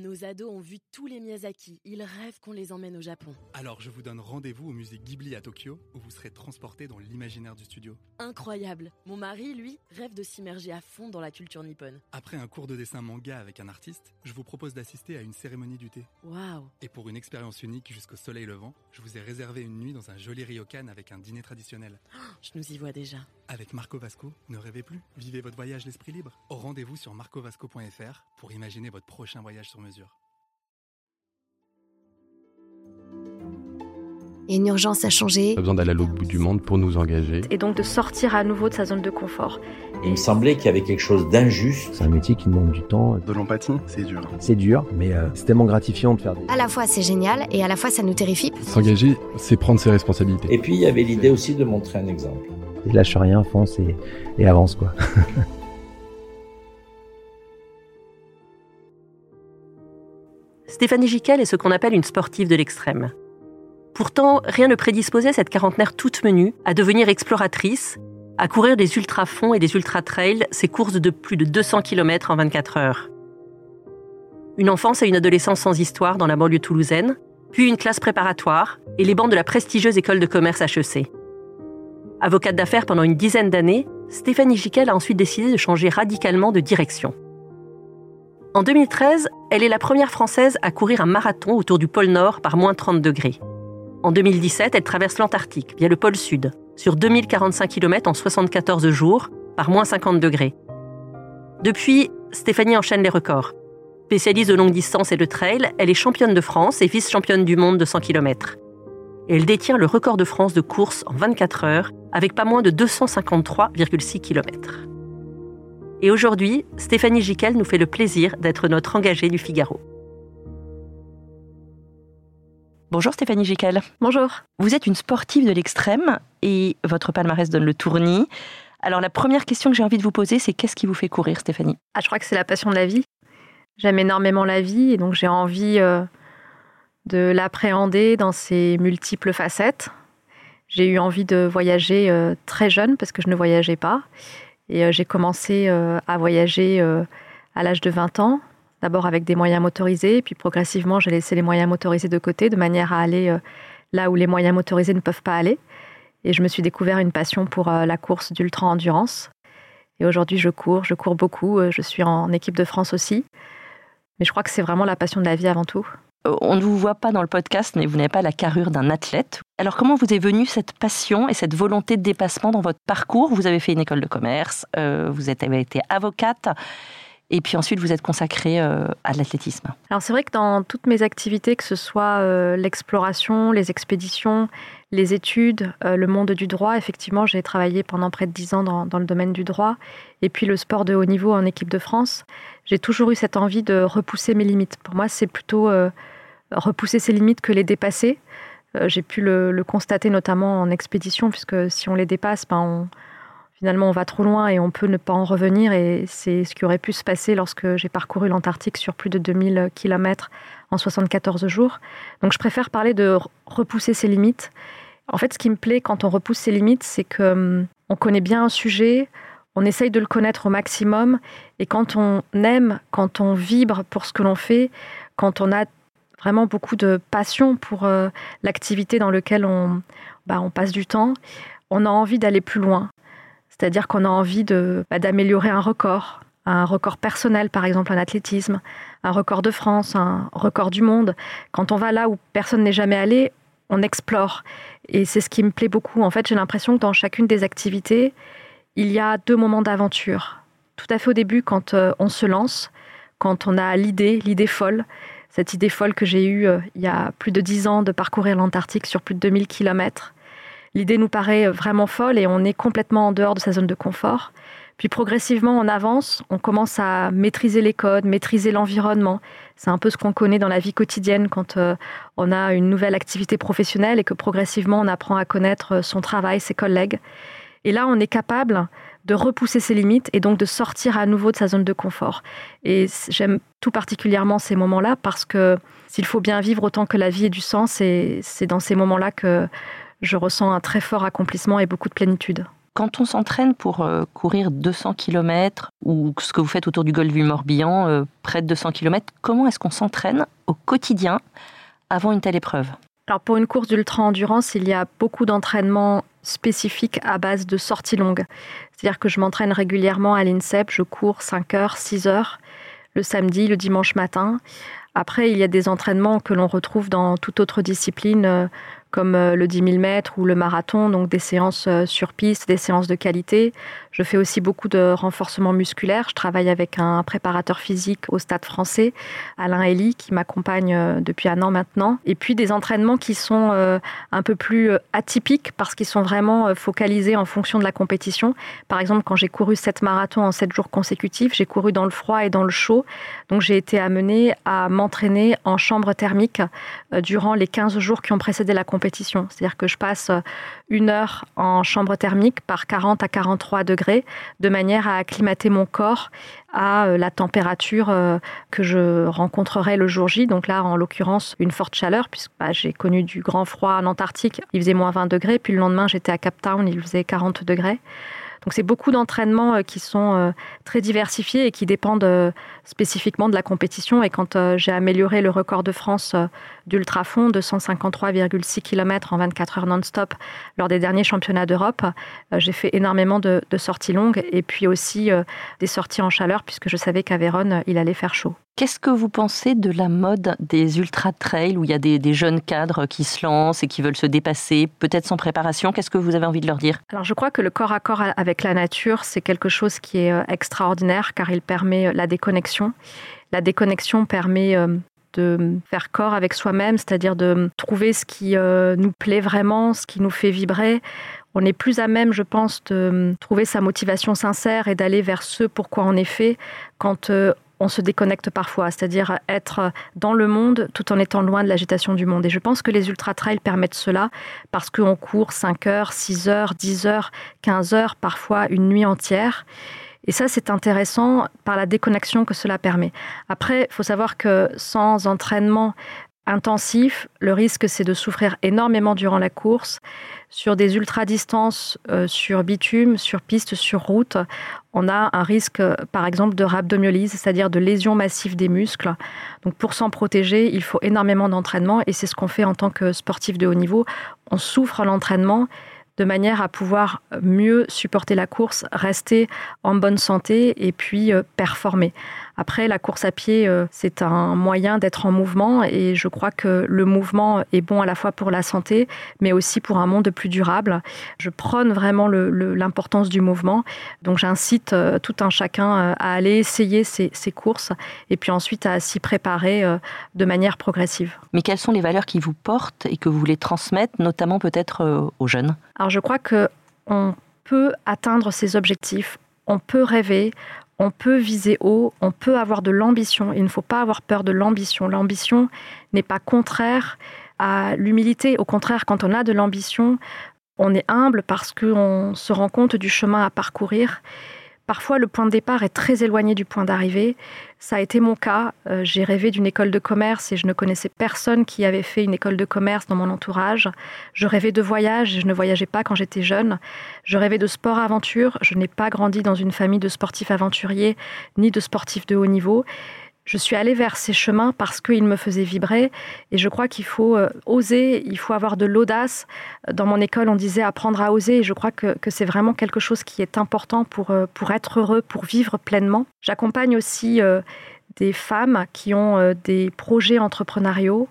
Nos ados ont vu tous les Miyazaki. Ils rêvent qu'on les emmène au Japon. Alors je vous donne rendez-vous au musée Ghibli à Tokyo, où vous serez transportés dans l'imaginaire du studio. Incroyable. Mon mari, lui, rêve de s'immerger à fond dans la culture nippone. Après un cours de dessin manga avec un artiste, je vous propose d'assister à une cérémonie du thé. Waouh. Et pour une expérience unique jusqu'au soleil levant, je vous ai réservé une nuit dans un joli ryokan avec un dîner traditionnel. Je nous y vois déjà. Avec Marco Vasco, ne rêvez plus, vivez votre voyage l'esprit libre. Au rendez-vous sur marcovasco.fr pour imaginer votre prochain voyage sur mesure. Et une urgence à changer. Pas besoin d'aller à l'autre bout du monde pour nous engager. Et donc de sortir à nouveau de sa zone de confort. Il me semblait qu'il y avait quelque chose d'injuste. C'est un métier qui demande du temps. De l'empathie, c'est dur. C'est dur, mais c'est tellement gratifiant de faire des... À la fois c'est génial et à la fois ça nous terrifie. S'engager, c'est prendre ses responsabilités. Et puis il y avait l'idée aussi de montrer un exemple. Et lâche rien, fonce et avance quoi. Stéphanie Giquel est ce qu'on appelle une sportive de l'extrême. Pourtant, rien ne prédisposait cette quarantenaire toute menue à devenir exploratrice, à courir des ultra-fonds et des ultra-trails, ces courses de plus de 200 km en 24 heures. Une enfance et une adolescence sans histoire dans la banlieue toulousaine, puis une classe préparatoire et les bancs de la prestigieuse école de commerce HEC. Avocate d'affaires pendant une dizaine d'années, Stéphanie Giquel a ensuite décidé de changer radicalement de direction. En 2013, elle est la première Française à courir un marathon autour du pôle Nord par moins 30 degrés. En 2017, elle traverse l'Antarctique via le pôle Sud, sur 2045 km en 74 jours, par moins 50 degrés. Depuis, Stéphanie enchaîne les records. Spécialiste de longue distance et de trail, elle est championne de France et vice-championne du monde de 100 km. Et elle détient le record de France de course en 24 heures, avec pas moins de 253,6 km. Et aujourd'hui, Stéphanie Giquel nous fait le plaisir d'être notre engagée du Figaro. Bonjour Stéphanie Giquel. Bonjour. Vous êtes une sportive de l'extrême et votre palmarès donne le tournis. Alors la première question que j'ai envie de vous poser, c'est qu'est-ce qui vous fait courir, Stéphanie ? Je crois que c'est la passion de la vie. J'aime énormément la vie et donc j'ai envie de l'appréhender dans ses multiples facettes. J'ai eu envie de voyager très jeune parce que je ne voyageais pas. Et j'ai commencé à voyager à l'âge de 20 ans. D'abord avec des moyens motorisés, puis progressivement, j'ai laissé les moyens motorisés de côté, de manière à aller là où les moyens motorisés ne peuvent pas aller. Et je me suis découvert une passion pour la course d'ultra-endurance. Et aujourd'hui, je cours beaucoup. Je suis en équipe de France aussi. Mais je crois que c'est vraiment la passion de la vie avant tout. On ne vous voit pas dans le podcast, mais vous n'avez pas la carrure d'un athlète. Alors comment vous est venue cette passion et cette volonté de dépassement dans votre parcours ? Vous avez fait une école de commerce, vous avez été avocate. Et puis ensuite, vous êtes consacrée à l'athlétisme. Alors c'est vrai que dans toutes mes activités, que ce soit l'exploration, les expéditions, les études, le monde du droit, effectivement, j'ai travaillé pendant près de 10 ans dans le domaine du droit. Et puis le sport de haut niveau en équipe de France. J'ai toujours eu cette envie de repousser mes limites. Pour moi, c'est plutôt repousser ses limites que les dépasser. J'ai pu le constater notamment en expédition, puisque si on les dépasse, finalement, on va trop loin et on peut ne pas en revenir. Et c'est ce qui aurait pu se passer lorsque j'ai parcouru l'Antarctique sur plus de 2000 km en 74 jours. Donc, je préfère parler de repousser ses limites. En fait, ce qui me plaît quand on repousse ses limites, c'est qu'on connaît bien un sujet, on essaye de le connaître au maximum. Et quand on aime, quand on vibre pour ce que l'on fait, quand on a vraiment beaucoup de passion pour l'activité dans laquelle on passe du temps, on a envie d'aller plus loin. C'est-à-dire qu'on a envie d'améliorer un record personnel, par exemple en athlétisme, un record de France, un record du monde. Quand on va là où personne n'est jamais allé, on explore. Et c'est ce qui me plaît beaucoup. En fait, j'ai l'impression que dans chacune des activités, il y a 2 moments d'aventure. Tout à fait au début, quand on se lance, quand on a l'idée folle, cette idée folle que j'ai eue il y a plus de 10 ans de parcourir l'Antarctique sur plus de 2000 km. L'idée nous paraît vraiment folle et on est complètement en dehors de sa zone de confort. Puis progressivement, on avance, on commence à maîtriser les codes, maîtriser l'environnement. C'est un peu ce qu'on connaît dans la vie quotidienne quand on a une nouvelle activité professionnelle et que progressivement, on apprend à connaître son travail, ses collègues. Et là, on est capable de repousser ses limites et donc de sortir à nouveau de sa zone de confort. Et j'aime tout particulièrement ces moments-là parce que s'il faut bien vivre autant que la vie ait du sens, c'est dans ces moments-là que je ressens un très fort accomplissement et beaucoup de plénitude. Quand on s'entraîne pour courir 200 km ou ce que vous faites autour du golfe du Morbihan, près de 200 km, comment est-ce qu'on s'entraîne au quotidien avant une telle épreuve ? Alors pour une course d'ultra-endurance, il y a beaucoup d'entraînements spécifiques à base de sorties longues. C'est-à-dire que je m'entraîne régulièrement à l'INSEP, je cours 5 heures, 6 heures, le samedi, le dimanche matin. Après, il y a des entraînements que l'on retrouve dans toute autre discipline, comme le 10 000 mètres ou le marathon, donc des séances sur piste, des séances de qualité. Je fais aussi beaucoup de renforcement musculaire. Je travaille avec un préparateur physique au Stade Français, Alain Elie, qui m'accompagne depuis 1 an maintenant. Et puis des entraînements qui sont un peu plus atypiques parce qu'ils sont vraiment focalisés en fonction de la compétition. Par exemple, quand j'ai couru 7 marathons en 7 jours consécutifs, j'ai couru dans le froid et dans le chaud. Donc j'ai été amenée à m'entraîner en chambre thermique durant les 15 jours qui ont précédé la compétition. C'est-à-dire que je passe 1 heure en chambre thermique par 40 à 43 degrés de manière à acclimater mon corps à la température que je rencontrerai le jour J. Donc là, en l'occurrence, une forte chaleur, puisque j'ai connu du grand froid en Antarctique, il faisait moins 20 degrés, puis le lendemain, j'étais à Cape Town, il faisait 40 degrés. Donc c'est beaucoup d'entraînements qui sont très diversifiés et qui dépendent spécifiquement de la compétition. Et quand j'ai amélioré le record de France d'ultrafond de 153,6 km en 24 heures non-stop lors des derniers championnats d'Europe, j'ai fait énormément de sorties longues et puis aussi des sorties en chaleur puisque je savais qu'à Vérone, il allait faire chaud. Qu'est-ce que vous pensez de la mode des ultra-trails où il y a des jeunes cadres qui se lancent et qui veulent se dépasser, peut-être sans préparation? Qu'est-ce que vous avez envie de leur dire? Alors je crois que le corps à corps avec la nature, c'est quelque chose qui est extraordinaire car il permet la déconnexion. La déconnexion permet de faire corps avec soi-même, c'est-à-dire de trouver ce qui nous plaît vraiment, ce qui nous fait vibrer. On est plus à même, je pense, de trouver sa motivation sincère et d'aller vers ce pourquoi on est fait quand on se déconnecte parfois, c'est-à-dire être dans le monde tout en étant loin de l'agitation du monde. Et je pense que les ultra-trails permettent cela parce qu'on court 5 heures, 6 heures, 10 heures, 15 heures, parfois une nuit entière. Et ça, c'est intéressant par la déconnexion que cela permet. Après, il faut savoir que sans entraînement intensif, le risque, c'est de souffrir énormément durant la course. Sur des ultra-distances, sur bitume, sur piste, sur route, on a un risque, par exemple, de rhabdomyolyse, c'est-à-dire de lésion massive des muscles. Donc, pour s'en protéger, il faut énormément d'entraînement et c'est ce qu'on fait en tant que sportif de haut niveau. On souffre l'entraînement de manière à pouvoir mieux supporter la course, rester en bonne santé et puis performer. Après, la course à pied, c'est un moyen d'être en mouvement et je crois que le mouvement est bon à la fois pour la santé, mais aussi pour un monde plus durable. Je prône vraiment l'importance du mouvement. Donc, j'incite tout un chacun à aller essayer ces courses et puis ensuite à s'y préparer de manière progressive. Mais quelles sont les valeurs qui vous portent et que vous voulez transmettre, notamment peut-être aux jeunes? Alors, je crois qu'on peut atteindre ses objectifs, on peut rêver, on peut viser haut, on peut avoir de l'ambition. Il ne faut pas avoir peur de l'ambition. L'ambition n'est pas contraire à l'humilité. Au contraire, quand on a de l'ambition, on est humble parce qu'on se rend compte du chemin à parcourir. Parfois, le point de départ est très éloigné du point d'arrivée. Ça a été mon cas. J'ai rêvé d'une école de commerce et je ne connaissais personne qui avait fait une école de commerce dans mon entourage. Je rêvais de voyage et je ne voyageais pas quand j'étais jeune. Je rêvais de sport-aventure. Je n'ai pas grandi dans une famille de sportifs aventuriers ni de sportifs de haut niveau. Je suis allée vers ces chemins parce qu'ils me faisaient vibrer et je crois qu'il faut oser, il faut avoir de l'audace. Dans mon école, on disait apprendre à oser et je crois que c'est vraiment quelque chose qui est important pour être heureux, pour vivre pleinement. J'accompagne aussi des femmes qui ont des projets entrepreneuriaux.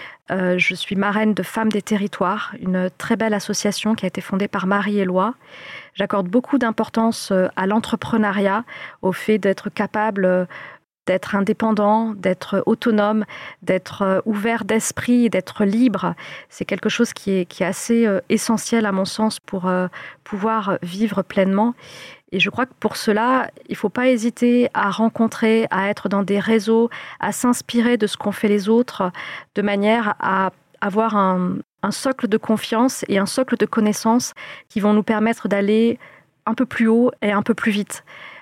Je suis marraine de Femmes des Territoires, une très belle association qui a été fondée par Marie-Éloi. J'accorde beaucoup d'importance à l'entrepreneuriat, au fait d'être capable d'être indépendant, d'être autonome, d'être ouvert d'esprit, d'être libre. C'est quelque chose qui est assez essentiel à mon sens pour pouvoir vivre pleinement. Et je crois que pour cela, il ne faut pas hésiter à rencontrer, à être dans des réseaux, à s'inspirer de ce qu'ont fait les autres, de manière à avoir un socle de confiance et un socle de connaissances qui vont nous permettre d'aller un peu plus haut et un peu plus vite.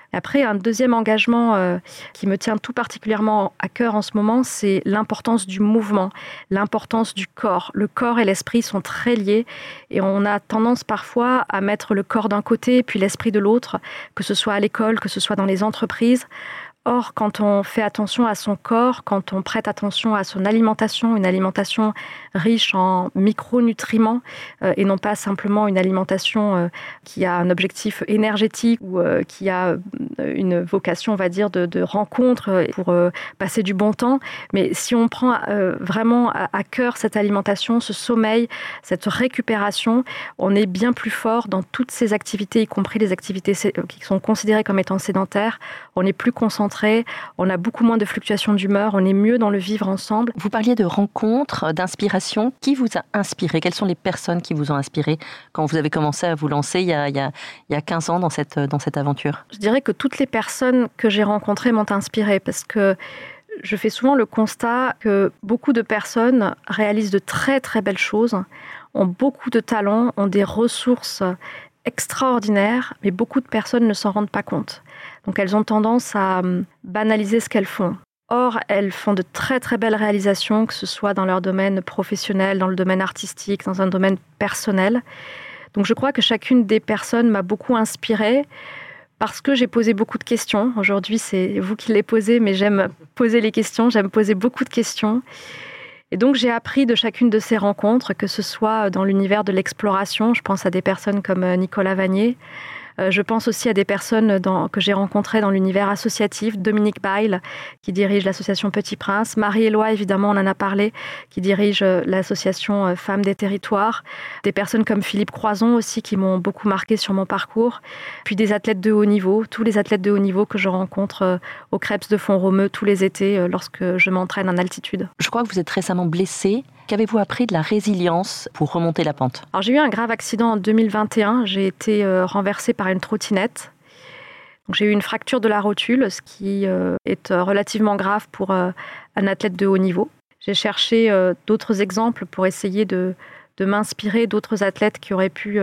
Après, un deuxième engagement qui me tient tout particulièrement à cœur en ce moment, c'est l'importance du mouvement, l'importance du corps. Le corps et l'esprit sont très liés et on a tendance parfois à mettre le corps d'un côté puis l'esprit de l'autre, que ce soit à l'école, que ce soit dans les entreprises. Or, quand on fait attention à son corps, quand on prête attention à son alimentation, une alimentation riche en micronutriments et non pas simplement une alimentation qui a un objectif énergétique ou qui a une vocation, on va dire, de rencontre pour passer du bon temps. Mais si on prend vraiment à cœur cette alimentation, ce sommeil, cette récupération, on est bien plus fort dans toutes ces activités, y compris les activités qui sont considérées comme étant sédentaires. On est plus concentré, on a beaucoup moins de fluctuations d'humeur, on est mieux dans le vivre ensemble. Vous parliez de rencontres, d'inspiration. Qui vous a inspiré ? Quelles sont les personnes qui vous ont inspiré quand vous avez commencé à vous lancer il y a 15 ans dans cette aventure ? Je dirais que toutes les personnes que j'ai rencontrées m'ont inspirée parce que je fais souvent le constat que beaucoup de personnes réalisent de très très belles choses, ont beaucoup de talents, ont des ressources extraordinaires, mais beaucoup de personnes ne s'en rendent pas compte. Donc elles ont tendance à banaliser ce qu'elles font. Or, elles font de très très belles réalisations, que ce soit dans leur domaine professionnel, dans le domaine artistique, dans un domaine personnel. Donc je crois que chacune des personnes m'a beaucoup inspirée parce que j'ai posé beaucoup de questions. Aujourd'hui, c'est vous qui les posez, mais j'aime poser les questions, j'aime poser beaucoup de questions. Et donc, j'ai appris de chacune de ces rencontres, que ce soit dans l'univers de l'exploration, je pense à des personnes comme Nicolas Vanier, je pense aussi à des personnes que j'ai rencontrées dans l'univers associatif, Dominique Bail, qui dirige l'association Petit Prince, Marie-Éloi, évidemment, on en a parlé, qui dirige l'association Femmes des Territoires, des personnes comme Philippe Croison aussi, qui m'ont beaucoup marqué sur mon parcours, puis des athlètes de haut niveau, tous les athlètes de haut niveau que je rencontre au Krebs de Font-Romeu tous les étés lorsque je m'entraîne en altitude. Je crois que vous êtes récemment blessée. Qu'avez-vous appris de la résilience pour remonter la pente ? Alors, j'ai eu un grave accident en 2021. J'ai été renversée par une trottinette. Donc, j'ai eu une fracture de la rotule, ce qui est relativement grave pour un athlète de haut niveau. J'ai cherché d'autres exemples pour essayer de m'inspirer d'autres athlètes qui auraient pu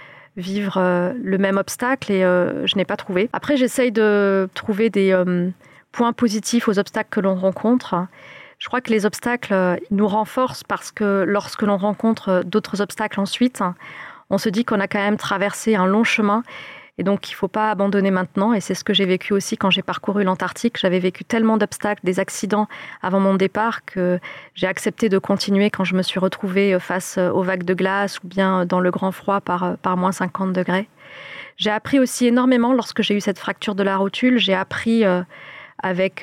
vivre le même obstacle et je n'ai pas trouvé. Après, j'essaye de trouver des points positifs aux obstacles que l'on rencontre. Je crois que les obstacles nous renforcent parce que lorsque l'on rencontre d'autres obstacles ensuite, on se dit qu'on a quand même traversé un long chemin et donc il ne faut pas abandonner maintenant. Et c'est ce que j'ai vécu aussi quand j'ai parcouru l'Antarctique. J'avais vécu tellement d'obstacles, des accidents avant mon départ que j'ai accepté de continuer quand je me suis retrouvée face aux vagues de glace ou bien dans le grand froid par moins 50 degrés. J'ai appris aussi énormément lorsque j'ai eu cette fracture de la rotule. J'ai appris avec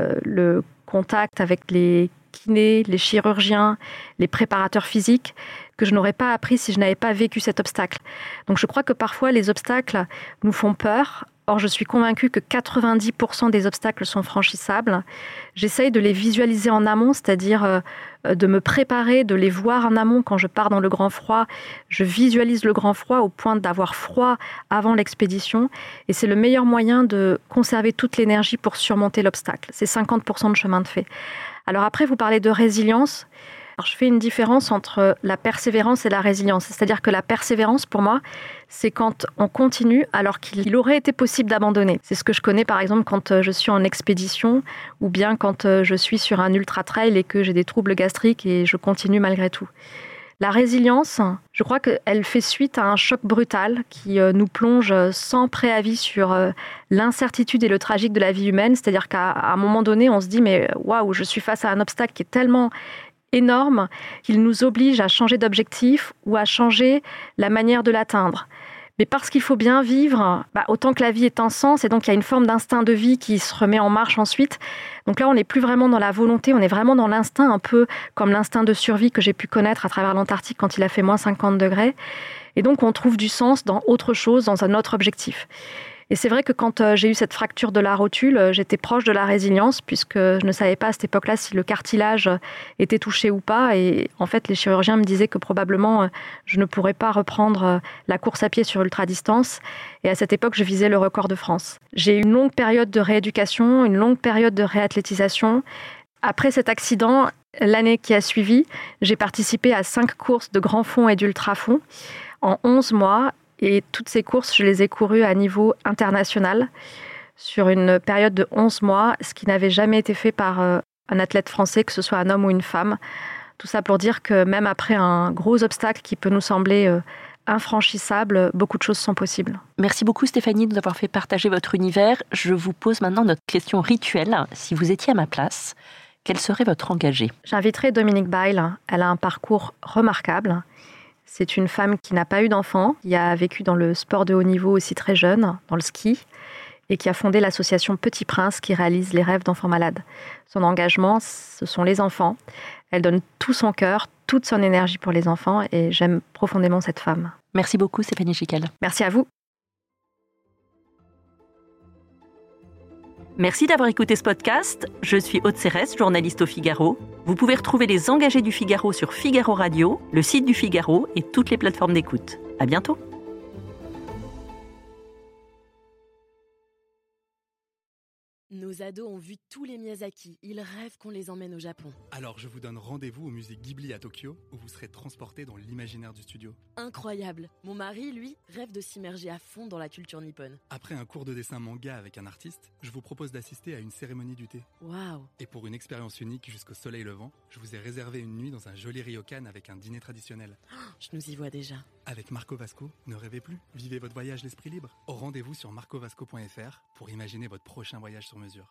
le contact avec les kinés, les chirurgiens, les préparateurs physiques, que je n'aurais pas appris si je n'avais pas vécu cet obstacle. Donc je crois que parfois les obstacles nous font peur. Or, je suis convaincue que 90% des obstacles sont franchissables. J'essaye de les visualiser en amont, c'est-à-dire de me préparer, de les voir en amont quand je pars dans le grand froid. Je visualise le grand froid au point d'avoir froid avant l'expédition. Et c'est le meilleur moyen de conserver toute l'énergie pour surmonter l'obstacle. C'est 50% de chemin de fait. Alors après, vous parlez de résilience. Alors, je fais une différence entre la persévérance et la résilience. C'est-à-dire que la persévérance, pour moi, c'est quand on continue alors qu'il aurait été possible d'abandonner. C'est ce que je connais, par exemple, quand je suis en expédition ou bien quand je suis sur un ultra-trail et que j'ai des troubles gastriques et je continue malgré tout. La résilience, je crois qu'elle fait suite à un choc brutal qui nous plonge sans préavis sur l'incertitude et le tragique de la vie humaine. C'est-à-dire qu'à un moment donné, on se dit « mais waouh, je suis face à un obstacle qui est tellement énorme qu'il nous oblige à changer d'objectif ou à changer la manière de l'atteindre. Mais parce qu'il faut bien vivre, autant que la vie est un sens, et donc il y a une forme d'instinct de vie qui se remet en marche ensuite. Donc là, on n'est plus vraiment dans la volonté, on est vraiment dans l'instinct, un peu comme l'instinct de survie que j'ai pu connaître à travers l'Antarctique quand il a fait moins 50 degrés. Et donc, on trouve du sens dans autre chose, dans un autre objectif. Et c'est vrai que quand j'ai eu cette fracture de la rotule, j'étais proche de la résilience puisque je ne savais pas à cette époque-là si le cartilage était touché ou pas. Et en fait, les chirurgiens me disaient que probablement je ne pourrais pas reprendre la course à pied sur ultra-distance. Et à cette époque, je visais le record de France. J'ai eu une longue période de rééducation, une longue période de réathlétisation. Après cet accident, l'année qui a suivi, j'ai participé à 5 courses de grand fond et d'ultra fond en 11 mois. Et toutes ces courses, je les ai courues à niveau international. sur une période de 11 mois, ce qui n'avait jamais été fait par un athlète français, que ce soit un homme ou une femme. Tout ça pour dire que même après un gros obstacle qui peut nous sembler infranchissable, beaucoup de choses sont possibles. Merci beaucoup Stéphanie de nous avoir fait partager votre univers. Je vous pose maintenant notre question rituelle. Si vous étiez à ma place, quel serait votre engagé ? J'inviterai Dominique Bail. Elle a un parcours remarquable. C'est une femme qui n'a pas eu d'enfant, qui a vécu dans le sport de haut niveau aussi très jeune, dans le ski, et qui a fondé l'association Petit Prince qui réalise les rêves d'enfants malades. Son engagement, ce sont les enfants. Elle donne tout son cœur, toute son énergie pour les enfants et j'aime profondément cette femme. Merci beaucoup Stéphanie Chiquel. Merci à vous. Merci d'avoir écouté ce podcast. Je suis Aude Cérès, journaliste au Figaro. Vous pouvez retrouver les engagés du Figaro sur Figaro Radio, le site du Figaro et toutes les plateformes d'écoute. À bientôt. Nos ados ont vu tous les Miyazaki. Ils rêvent qu'on les emmène au Japon. Alors je vous donne rendez-vous au musée Ghibli à Tokyo, où vous serez transporté dans l'imaginaire du studio. Incroyable. Mon mari, lui, rêve de s'immerger à fond dans la culture nippone. Après un cours de dessin manga avec un artiste, je vous propose d'assister à une cérémonie du thé. Waouh. Et pour une expérience unique jusqu'au soleil levant, je vous ai réservé une nuit dans un joli ryokan avec un dîner traditionnel. Je nous y vois déjà. Avec Marco Vasco, ne rêvez plus, vivez votre voyage l'esprit libre. Au rendez-vous sur marcovasco.fr pour imaginer votre prochain voyage sur mesure.